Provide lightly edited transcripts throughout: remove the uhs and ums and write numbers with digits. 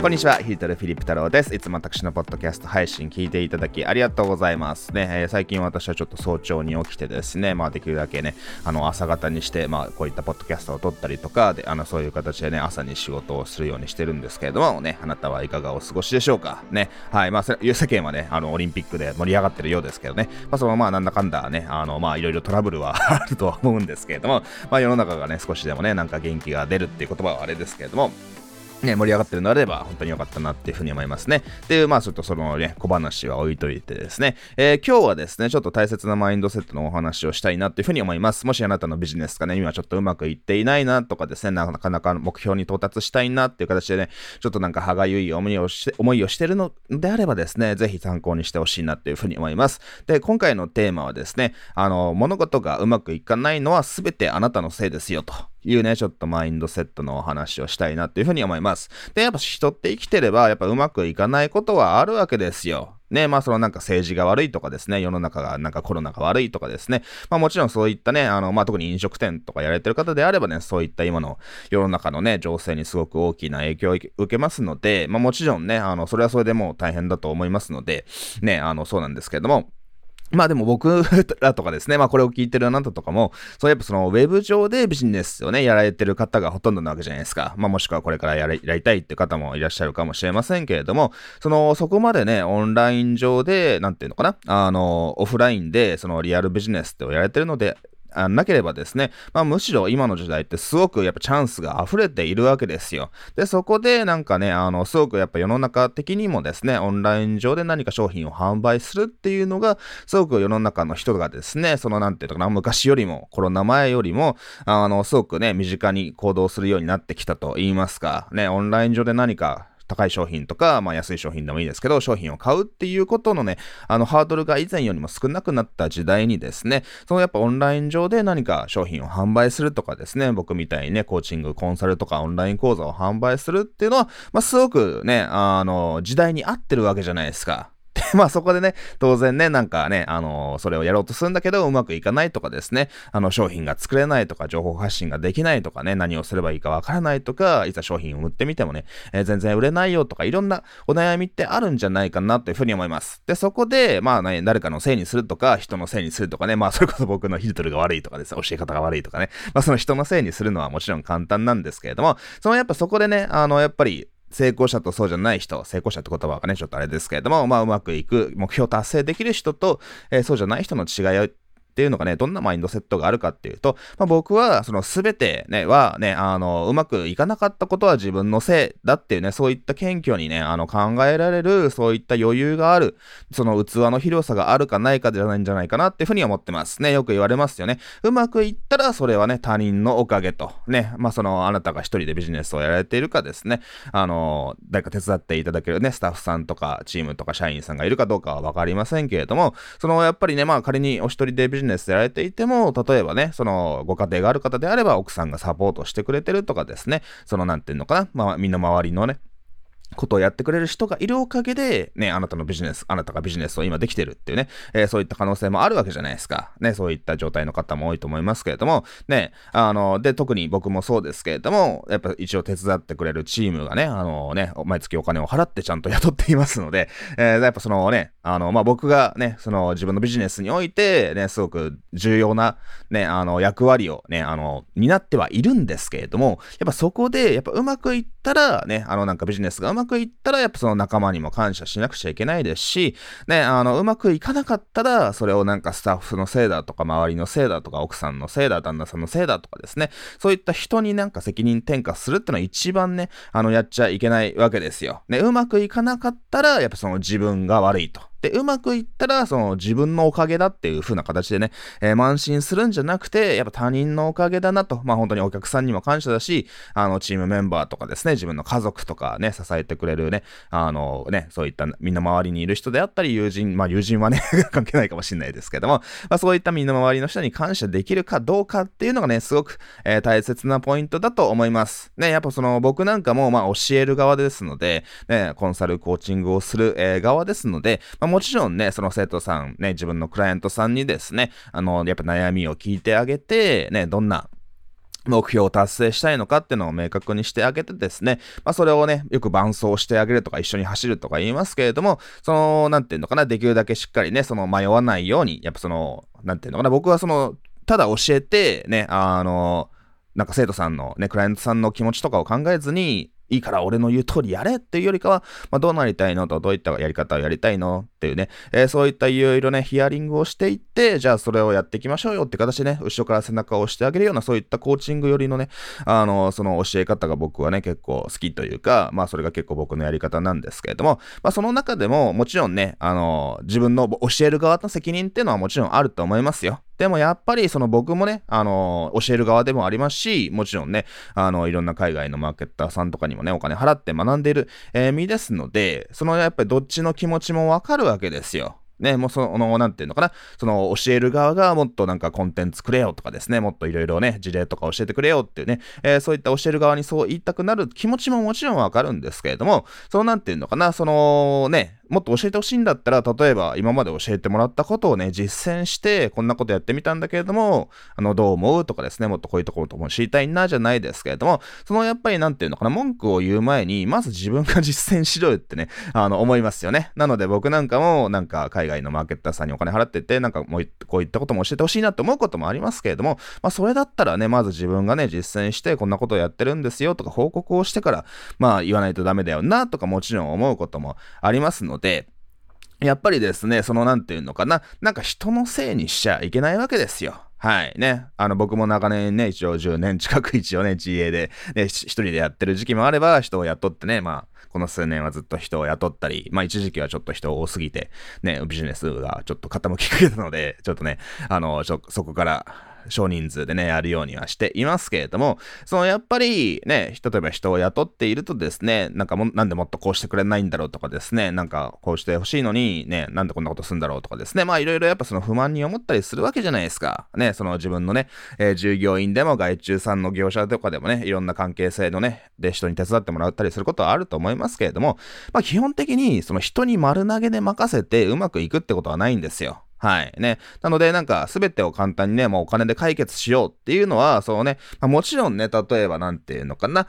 こんにちは、ヒートルフィリップ太郎です。いつも私のポッドキャスト配信聞いていただきありがとうございますね。最近私はちょっと早朝に起きてですね、できるだけね、朝方にして、こういったポッドキャストを撮ったりとかで、そういう形でね、朝に仕事をするようにしてるんですけれどもね、あなたはいかがお過ごしでしょうかね。はい、世間はね、オリンピックで盛り上がってるようですけどね、なんだかんだね、いろいろトラブルはあるとは思うんですけれども、世の中がね、少しでもね、なんか元気が出るっていう言葉はあれですけれども、ね、盛り上がってるのであれば本当に良かったなっていうふうに思いますね。っていう、ちょっとそのね、小話は置いといてですね、今日はですね、ちょっと大切なマインドセットのお話をしたいなっていうふうに思います。もしあなたのビジネスがね、今ちょっとうまくいっていないなとかですね、なかなか目標に到達したいなっていう形でね、ちょっとなんか歯がゆい思いをしてるのであればですね、ぜひ参考にしてほしいなっていうふうに思います。で、今回のテーマはですね、物事がうまくいかないのは全てあなたのせいですよというね、ちょっとマインドセットのお話をしたいなっていうふうに思います。で、やっぱ人って生きてれば、やっぱうまくいかないことはあるわけですよ。ね、そのなんか政治が悪いとかですね、世の中がなんかコロナが悪いとかですね、もちろんそういったね、特に飲食店とかやられてる方であればね、そういった今の世の中のね、情勢にすごく大きな影響を受けますので、もちろんね、それはそれでもう大変だと思いますので、ね、そうなんですけれども、でも僕らとかですね、これを聞いてるあなたとかも、やっぱそのウェブ上でビジネスをね、やられてる方がほとんどなわけじゃないですか。もしくはこれからやりたいって方もいらっしゃるかもしれませんけれども、そこまでね、オンライン上で、なんていうのかな、オフラインで、リアルビジネスってをやられてるので、なければですね、むしろ今の時代ってすごくやっぱチャンスが溢れているわけですよ。で、そこでなんかね、すごくやっぱ世の中的にもですね、オンライン上で何か商品を販売するっていうのが、すごく世の中の人がですね、なんていうのかな、昔よりも、コロナ前よりも、すごくね、身近に行動するようになってきたと言いますか、ね、オンライン上で何か、高い商品とか、安い商品でもいいですけど、商品を買うっていうことのね、ハードルが以前よりも少なくなった時代にですね、やっぱオンライン上で何か商品を販売するとかですね、僕みたいにね、コーチング、コンサルとかオンライン講座を販売するっていうのは、すごくね、時代に合ってるわけじゃないですか。そこでね、当然ね、なんかね、それをやろうとするんだけど、うまくいかないとかですね、商品が作れないとか、情報発信ができないとかね、何をすればいいかわからないとか、いざ商品を売ってみてもね、全然売れないよとか、いろんなお悩みってあるんじゃないかなというふうに思います。で、そこで、誰かのせいにするとか、人のせいにするとかね、それこそ僕のヒルトルが悪いとかですね、教え方が悪いとかね、その人のせいにするのはもちろん簡単なんですけれども、やっぱそこでね、やっぱり、成功者とそうじゃない人、成功者って言葉がね、ちょっとあれですけれども、うまくいく、目標達成できる人と、そうじゃない人の違いっていうのがね、どんなマインドセットがあるかっていうと、僕は、全てね、うまくいかなかったことは自分のせいだっていうね、そういった謙虚にね、考えられる、そういった余裕がある、その器の広さがあるかないかじゃないんじゃないかなっていうふうに思ってますね。よく言われますよね。うまくいったら、それはね、他人のおかげと、ね、あなたが一人でビジネスをやられているかですね、誰か手伝っていただけるね、スタッフさんとか、チームとか社員さんがいるかどうかはわかりませんけれども、やっぱりね、仮にお一人でビジネスやられていても、例えばね、ご家庭がある方であれば奥さんがサポートしてくれてるとかですね、なんていうのかな、みんな周りのね、ことをやってくれる人がいるおかげで、ね、あなたがビジネスを今できてるっていうね、そういった可能性もあるわけじゃないですか。ね、そういった状態の方も多いと思いますけれども、ね、で、特に僕もそうですけれども、やっぱ一応手伝ってくれるチームがね、毎月お金を払ってちゃんと雇っていますので、やっぱ僕がね、自分のビジネスにおいて、ね、すごく重要な、ね、役割をね、担ってはいるんですけれども、やっぱそこで、やっぱうまくいったら、ね、なんかビジネスがうまくいったら、やっぱその仲間にも感謝しなくちゃいけないですし、ね、うまくいかなかったら、それをなんかスタッフのせいだとか、周りのせいだとか、奥さんのせいだ、旦那さんのせいだとかですね、そういった人になんか責任転嫁するってのは一番ね、やっちゃいけないわけですよ。ね、うまくいかなかったら、やっぱ自分が悪いと。で、うまくいったら、自分のおかげだっていう風な形でね、慢心するんじゃなくて、やっぱ他人のおかげだなと、本当にお客さんにも感謝だし、チームメンバーとかですね、自分の家族とかね、支えてくれるね、そういったみんな周りにいる人であったり、友人はね、関係ないかもしれないですけども、そういったみんな周りの人に感謝できるかどうかっていうのがね、すごく、大切なポイントだと思います。ね、やっぱ僕なんかも、教える側ですので、ね、コンサル、コーチングをする、側ですので、もちろんね、その生徒さん、ね、自分のクライアントさんにですね、やっぱ悩みを聞いてあげて、ね、どんな目標を達成したいのかっていうのを明確にしてあげてですね、それをね、よく伴走してあげるとか一緒に走るとか言いますけれども、なんていうのかな、できるだけしっかりね、迷わないように、やっぱなんていうのかな、僕はただ教えて、ね、なんか生徒さんのね、クライアントさんの気持ちとかを考えずに、いいから俺の言う通りやれっていうよりかは、どうなりたいのとどういったやり方をやりたいのっていうね、そういったいろいろね、ヒアリングをしていって、じゃあそれをやっていきましょうよって形でね、後ろから背中を押してあげるような、そういったコーチング寄りのね、その教え方が僕はね、結構好きというか、それが結構僕のやり方なんですけれども、その中でももちろんね、自分の教える側の責任っていうのはもちろんあると思いますよ。でもやっぱり僕もね、教える側でもありますし、もちろんね、いろんな海外のマーケッターさんとかにもね、お金払って学んでいる、身ですので、やっぱりどっちの気持ちもわかるわけですよ。ね、もうなんていうのかな、教える側がもっとなんかコンテンツくれよとかですね、もっといろいろね、事例とか教えてくれよっていうね、そういった教える側にそう言いたくなる気持ちももちろんわかるんですけれども、なんていうのかな、ね、もっと教えてほしいんだったら、例えば今まで教えてもらったことをね、実践して、こんなことやってみたんだけれども、どう思うとかですね、もっとこういうところも知りたいな、じゃないですけれども、やっぱりなんていうのかな、文句を言う前に、まず自分が実践しろよってね、思いますよね。なので僕なんかも、なんか海外のマーケッターさんにお金払ってて、なんかもうこういったことも教えてほしいなと思うこともありますけれども、それだったらね、まず自分がね、実践して、こんなことをやってるんですよとか報告をしてから、言わないとダメだよな、とかもちろん思うこともありますので、やっぱりですね、なんていうのかな、なんか人のせいにしちゃいけないわけですよ。はいね。僕も長年ね、一応10年近く一応ね、GA で、ね、一人でやってる時期もあれば、人を雇ってね、この数年はずっと人を雇ったり、一時期はちょっと人多すぎて、ね、ビジネスがちょっと傾きかけたので、ちょっとね、そこから、少人数でね、やるようにはしていますけれども、やっぱりね、例えば人を雇っているとですね、なんでもっとこうしてくれないんだろうとかですね、なんかこうしてほしいのにね、なんでこんなことするんだろうとかですね、いろいろやっぱ不満に思ったりするわけじゃないですか。ね、自分のね、従業員でも外注さんの業者とかでもね、いろんな関係性のね、で人に手伝ってもらったりすることはあると思いますけれども、基本的に人に丸投げで任せてうまくいくってことはないんですよ。はいね。なので、なんか、すべてを簡単にね、もうお金で解決しようっていうのは、もちろんね、例えばなんていうのかな、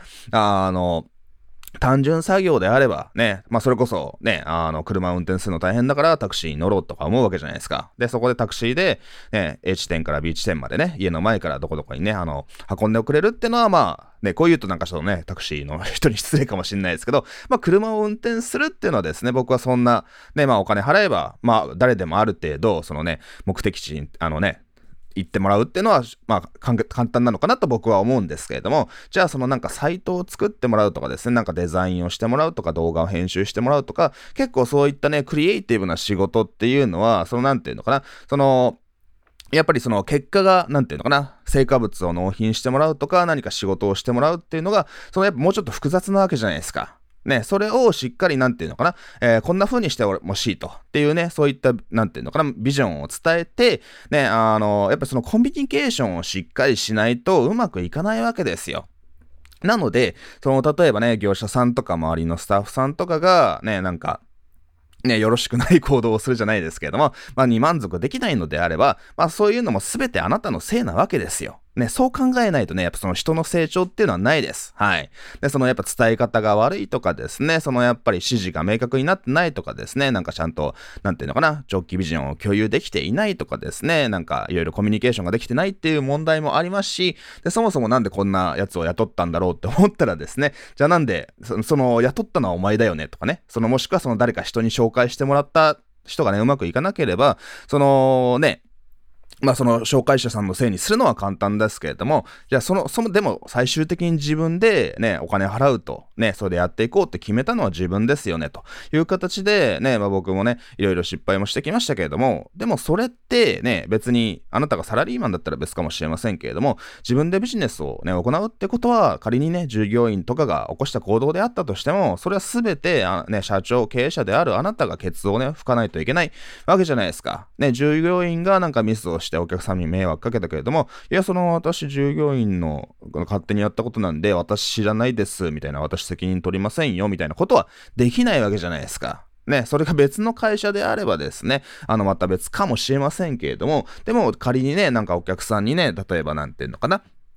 単純作業であればね、それこそね、車を運転するの大変だからタクシーに乗ろうとか思うわけじゃないですか。で、そこでタクシーで、ね、A 地点から B 地点までね、家の前からどこどこにね、運んでくれるってのはね、こう言うとなんかちょっとね、タクシーの人に失礼かもしれないですけど、車を運転するっていうのはですね、僕はそんな、ね、お金払えば、誰でもある程度、目的地に、行ってもらうっていうのは、簡単なのかなと僕は思うんですけれども、じゃあなんかサイトを作ってもらうとかですね、なんかデザインをしてもらうとか動画を編集してもらうとか、結構そういったね、クリエイティブな仕事っていうのは、なんていうのかな、やっぱり結果が、なんていうのかな、成果物を納品してもらうとか、何か仕事をしてもらうっていうのが、やっぱもうちょっと複雑なわけじゃないですか。ね、それをしっかりなんていうのかな、こんな風にしてほしいとっていうね、そういったなんていうのかな、ビジョンを伝えて、ね、やっぱコミュニケーションをしっかりしないとうまくいかないわけですよ。なので、例えばね、業者さんとか周りのスタッフさんとかが、ね、なんか、ね、よろしくない行動をするじゃないですけれども、に満足できないのであれば、そういうのも全てあなたのせいなわけですよ。ね、そう考えないとね、やっぱ人の成長っていうのはないです。はい。で、やっぱ伝え方が悪いとかですね、やっぱり指示が明確になってないとかですね、なんかちゃんと、なんていうのかな、長期ビジョンを共有できていないとかですね、なんかいろいろコミュニケーションができてないっていう問題もありますし、で、そもそもなんでこんなやつを雇ったんだろうって思ったらですね、じゃあなんで、雇ったのはお前だよねとかね、もしくは誰か人に紹介してもらった人がね、うまくいかなければ、ね、紹介者さんのせいにするのは簡単ですけれども、じゃあでも最終的に自分でね、お金払うと、ね、それでやっていこうって決めたのは自分ですよね、という形で、ね、僕もね、いろいろ失敗もしてきましたけれども、でもそれってね、別に、あなたがサラリーマンだったら別かもしれませんけれども、自分でビジネスをね、行うってことは、仮にね、従業員とかが起こした行動であったとしても、それは全て、ね、社長、経営者であるあなたがケツをね、拭かないといけないわけじゃないですか。ね、従業員がなんかミスをしてお客さんに迷惑かけたけれども、いや、私従業員の勝手にやったことなんで、私知らないです、みたいな、私責任取りませんよ、みたいなことはできないわけじゃないですか。ね、それが別の会社であればですね、また別かもしれませんけれども、でも仮にね、なんかお客さんにね、例えばなんていうのかな、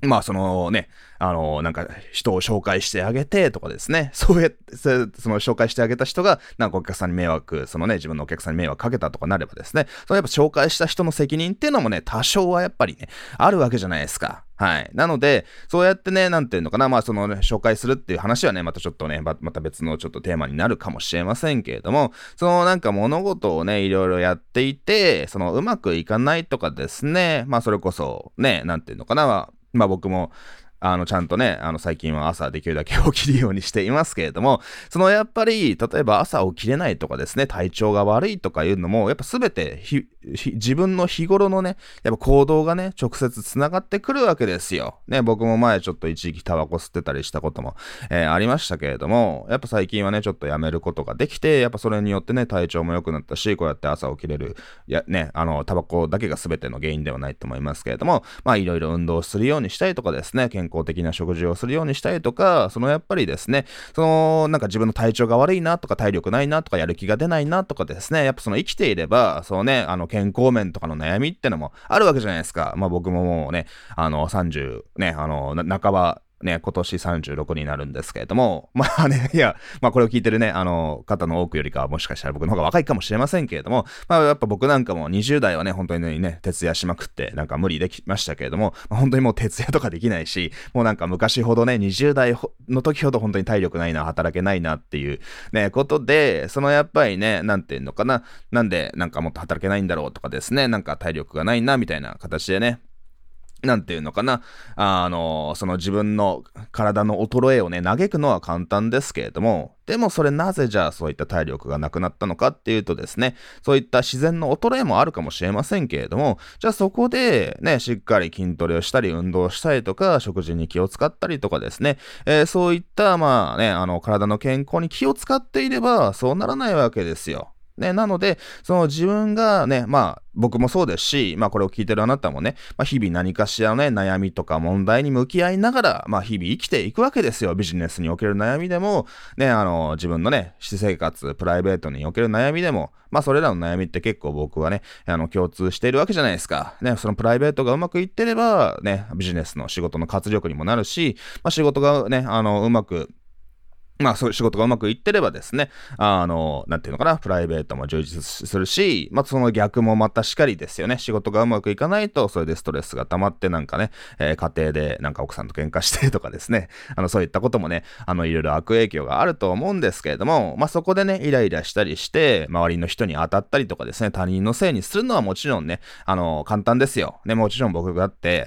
まあそのね、なんか人を紹介してあげてとかですね、そうやって、その紹介してあげた人が、なんかお客さんに迷惑、そのね、自分のお客さんに迷惑かけたとかなればですね、そのやっぱ紹介した人の責任っていうのもね、多少はやっぱりね、あるわけじゃないですか。はい。なので、そうやってね、なんていうのかな、まあそのね、紹介するっていう話はね、またちょっとね、また別のちょっとテーマになるかもしれませんけれども、そのなんか物事をね、いろいろやっていて、そのうまくいかないとかですね、まあそれこそね、なんていうのかな、まあ僕も、ちゃんとね、最近は朝できるだけ起きるようにしていますけれども、そのやっぱり、例えば朝起きれないとかですね、体調が悪いとかいうのも、やっぱすべて自分の日頃のね、やっぱ行動がね、直接つながってくるわけですよ。ね、僕も前ちょっと一時期タバコ吸ってたりしたことも、ありましたけれども、やっぱ最近はね、ちょっとやめることができて、やっぱそれによってね、体調も良くなったし、こうやって朝起きれる、タバコだけが全ての原因ではないと思いますけれども、まあいろいろ運動するようにしたりとかですね、健康的な食事をするようにしたりとか、そのやっぱりですね、なんか自分の体調が悪いなとか体力ないなとかやる気が出ないなとかですね、やっぱその生きていれば、そうね、健康面とかの悩みってのもあるわけじゃないですか。まあ僕ももうね、30ね、半ば、ね、今年36になるんですけれども、まあね、いや、まあこれを聞いてるね、方の多くよりかはもしかしたら僕の方が若いかもしれませんけれども、まあやっぱ僕なんかも20代はね、本当にね、徹夜しまくって、なんか無理できましたけれども、まあ、本当にもう徹夜とかできないし、もうなんか昔ほどね、20代の時ほど本当に体力ないな、働けないなっていうね、ことで、そのやっぱりね、なんていうのかな、なんでなんかもっと働けないんだろうとかですね、なんか体力がないな、みたいな形でね、なんていうのかな。その自分の体の衰えをね、嘆くのは簡単ですけれども、でもそれなぜじゃあそういった体力がなくなったのかっていうとですね、そういった自然の衰えもあるかもしれませんけれども、じゃあそこでね、しっかり筋トレをしたり運動したりとか、食事に気を使ったりとかですね、そういったまあね、体の健康に気を使っていれば、そうならないわけですよ。ね、なので、その自分がね、まあ僕もそうですし、まあこれを聞いてるあなたもね、まあ日々何かしらのね、悩みとか問題に向き合いながら、まあ日々生きていくわけですよ。ビジネスにおける悩みでも、ね、自分のね、私生活、プライベートにおける悩みでも、まあそれらの悩みって結構僕はね、共通しているわけじゃないですか。ね、そのプライベートがうまくいってれば、ね、ビジネスの仕事の活力にもなるし、まあ仕事がね、うまくまあそういう仕事がうまくいってればですね、なんていうのかな、プライベートも充実するし、まあその逆もまたしかりですよね。仕事がうまくいかないと、それでストレスが溜まってなんかね、家庭でなんか奥さんと喧嘩してとかですね、そういったこともね、いろいろ悪影響があると思うんですけれども、まあそこでね、イライラしたりして、周りの人に当たったりとかですね、他人のせいにするのはもちろんね、簡単ですよ。ね、もちろん僕だって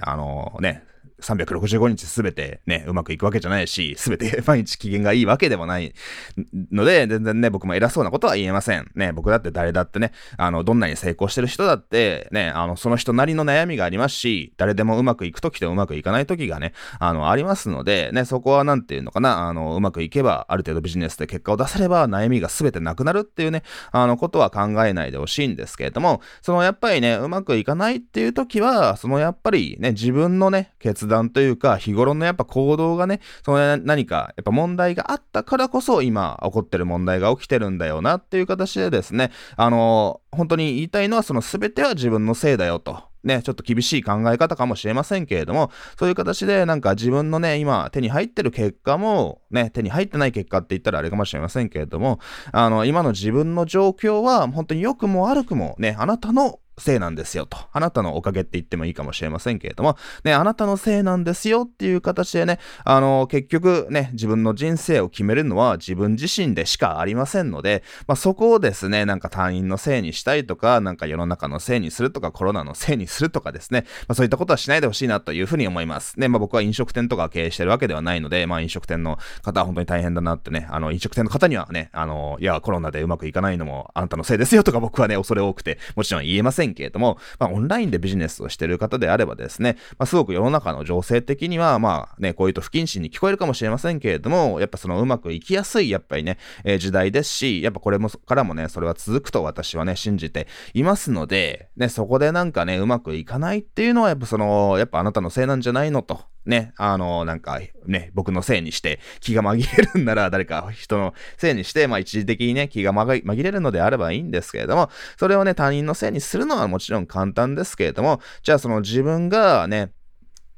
、365日すべてね、うまくいくわけじゃないし、すべて毎日機嫌がいいわけでもないので、全然ね、僕も偉そうなことは言えません。ね、僕だって誰だってね、どんなに成功してる人だって、ね、その人なりの悩みがありますし、誰でもうまくいくときとうまくいかないときがね、ありますので、ね、そこはなんていうのかな、うまくいけば、ある程度ビジネスで結果を出せれば、悩みがすべてなくなるっていうね、ことは考えないでほしいんですけれども、そのやっぱりね、うまくいかないっていうときは、そのやっぱりね、自分のね、決断というか、日頃のやっぱ行動がね、その何かやっぱ問題があったからこそ今起こってる問題が起きてるんだよなっていう形でですね、本当に言いたいのはその全ては自分のせいだよと。ね、ちょっと厳しい考え方かもしれませんけれども、そういう形でなんか自分のね、今手に入ってる結果も、ね、手に入ってない結果って言ったらあれかもしれませんけれども、今の自分の状況は本当に良くも悪くもね、あなたのせいなんですよと。あなたのおかげって言ってもいいかもしれませんけれども、ね、あなたのせいなんですよっていう形でね、結局ね、自分の人生を決めるのは自分自身でしかありませんので、まあ、そこをですね、なんか他人のせいにしたいとか、なんか世の中のせいにするとか、コロナのせいにするとかですね、まあ、そういったことはしないでほしいなというふうに思います。ね、まあ僕は飲食店とか経営してるわけではないので、まあ飲食店の方は本当に大変だなってね、飲食店の方にはね、いや、コロナでうまくいかないのもあなたのせいですよとか僕はね、恐れ多くて、もちろん言えませんけれども、まあオンラインでビジネスをしている方であればですね、まあすごく世の中の情勢的には、まあね、こういうと不謹慎に聞こえるかもしれませんけれども、やっぱそのうまくいきやすい、やっぱりね、時代ですし、やっぱこれもからもね、それは続くと私はね、信じていますので、ね、そこでなんかね、うまくいかないっていうのは、やっぱやっぱあなたのせいなんじゃないのと。ね、なんかね、僕のせいにして気が紛れるんなら誰か人のせいにして、まあ一時的にね、気が紛れるのであればいいんですけれども、それをね、他人のせいにするのはもちろん簡単ですけれども、じゃあその自分がね、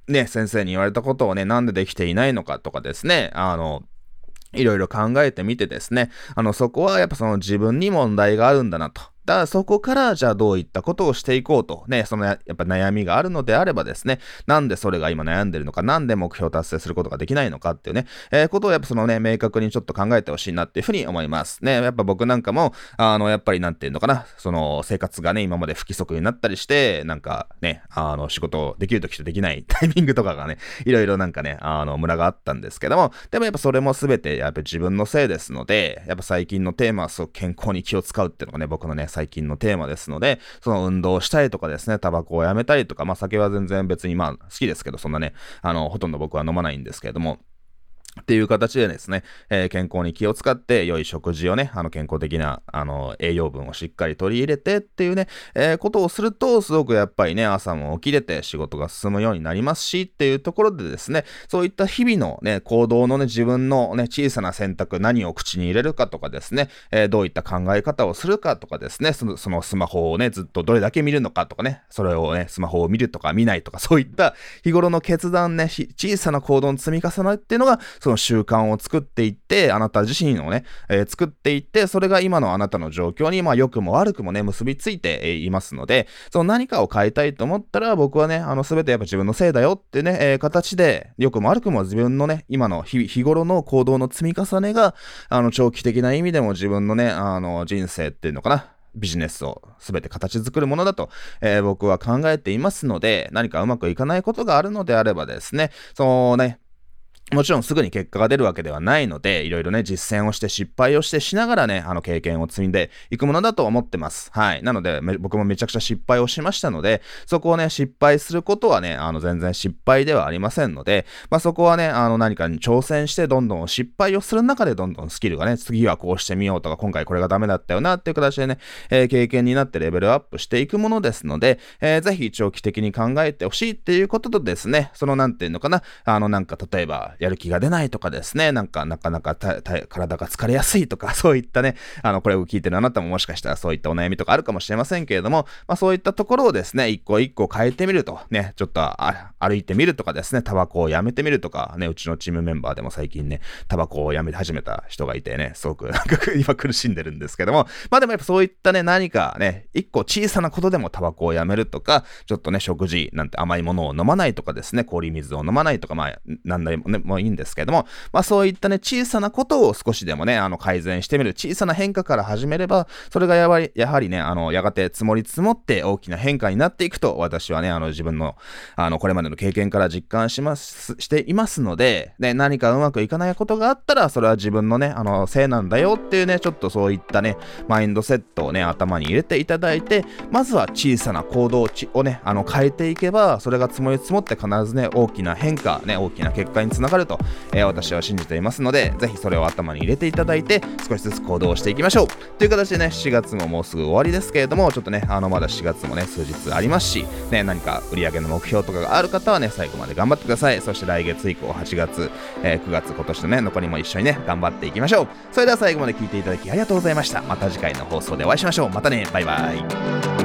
ね、先生に言われたことをね、なんでできていないのかとかですね、いろいろ考えてみてですね、そこはやっぱその自分に問題があるんだなと。だからそこからじゃあどういったことをしていこうと。ね、やっぱ悩みがあるのであればですね、なんでそれが今悩んでるのか、なんで目標達成することができないのかっていうね、ことをやっぱそのね、明確にちょっと考えてほしいなっていうふうに思います。ね、やっぱ僕なんかも、やっぱりなんていうのかな、その生活がね、今まで不規則になったりして、なんかね、仕事できるときとできないタイミングとかがね、いろいろなんかね、ムラがあったんですけども、でもやっぱそれもすべてやっぱ自分のせいですので、やっぱ最近のテーマはそう健康に気を使うっていうのがね、僕のね、最近のテーマですので、その運動をしたりとかですね、タバコをやめたりとか、酒は全然別に好きですけど、そんなね、ほとんど僕は飲まないんですけれども、っていう形でですね、健康に気を使って良い食事をね、健康的な、栄養分をしっかり取り入れてっていうね、ことをすると、すごくやっぱりね、朝も起きれて仕事が進むようになりますし、っていうところでですね、そういった日々のね、行動のね、自分のね、小さな選択、何を口に入れるかとかですね、どういった考え方をするかとかですね、そのスマホをね、ずっとどれだけ見るのかとかね、それをね、スマホを見るとか見ないとか、そういった日頃の決断ね、小さな行動の積み重ねっていうのが、その習慣を作っていって、あなた自身をね、作っていって、それが今のあなたの状況に、良くも悪くもね、結びついていますので、その何かを変えたいと思ったら、僕はね、すべてやっぱ自分のせいだよってね、形で、良くも悪くも自分のね、今の日頃の行動の積み重ねが、長期的な意味でも自分のね、人生っていうのかな、ビジネスをすべて形作るものだと、僕は考えていますので、何かうまくいかないことがあるのであればですね、そうね、もちろんすぐに結果が出るわけではないので、いろいろね、実践をして失敗をしてしながらね、経験を積んでいくものだと思ってます。はい。なので、僕もめちゃくちゃ失敗をしましたので、そこをね、失敗することはね、全然失敗ではありませんので、そこはね、何かに挑戦して、どんどん失敗をする中で、どんどんスキルがね、次はこうしてみようとか、今回これがダメだったよなっていう形でね、経験になってレベルアップしていくものですので、ぜひ長期的に考えてほしいっていうこととですね、そのなんていうのかな、なんか例えば、やる気が出ないとかですね、なかなか体が疲れやすいとか、そういったね、これを聞いてるあなたももしかしたらそういったお悩みとかあるかもしれませんけれども、そういったところをですね、一個一個変えてみると、ね、ちょっと歩いてみるとかですね、タバコをやめてみるとか、ね、うちのチームメンバーでも最近ね、タバコをやめ始めた人がいてね、すごくなんか今苦しんでるんですけども、でもやっぱそういったね、何かね、一個小さなことでもタバコをやめるとか、ちょっとね、食事なんて甘いものを飲まないとかですね、氷水を飲まないとか、なんでもね、もういいんですけども、そういったね、小さなことを少しでもね、改善してみる、小さな変化から始めれば、それがやはりね、やがて積もり積もって大きな変化になっていくと、私はね、自分の、これまでの経験から実感していますので、ね、何かうまくいかないことがあったら、それは自分のね、せいなんだよっていうね、ちょっとそういったね、マインドセットをね、頭に入れていただいて、まずは小さな行動をね、変えていけば、それが積もり積もって必ずね、大きな変化、ね、大きな結果につながると、私は信じていますので、ぜひそれを頭に入れていただいて、少しずつ行動していきましょうという形でね、7月ももうすぐ終わりですけれども、ちょっとね、まだ4月もね、数日ありますし、ね、何か売上の目標とかがある方はね、最後まで頑張ってください。そして来月以降、8月、9月、今年のね、残りも一緒にね、頑張っていきましょう。それでは最後まで聞いていただきありがとうございました。また次回の放送でお会いしましょう。またね、バイバイ。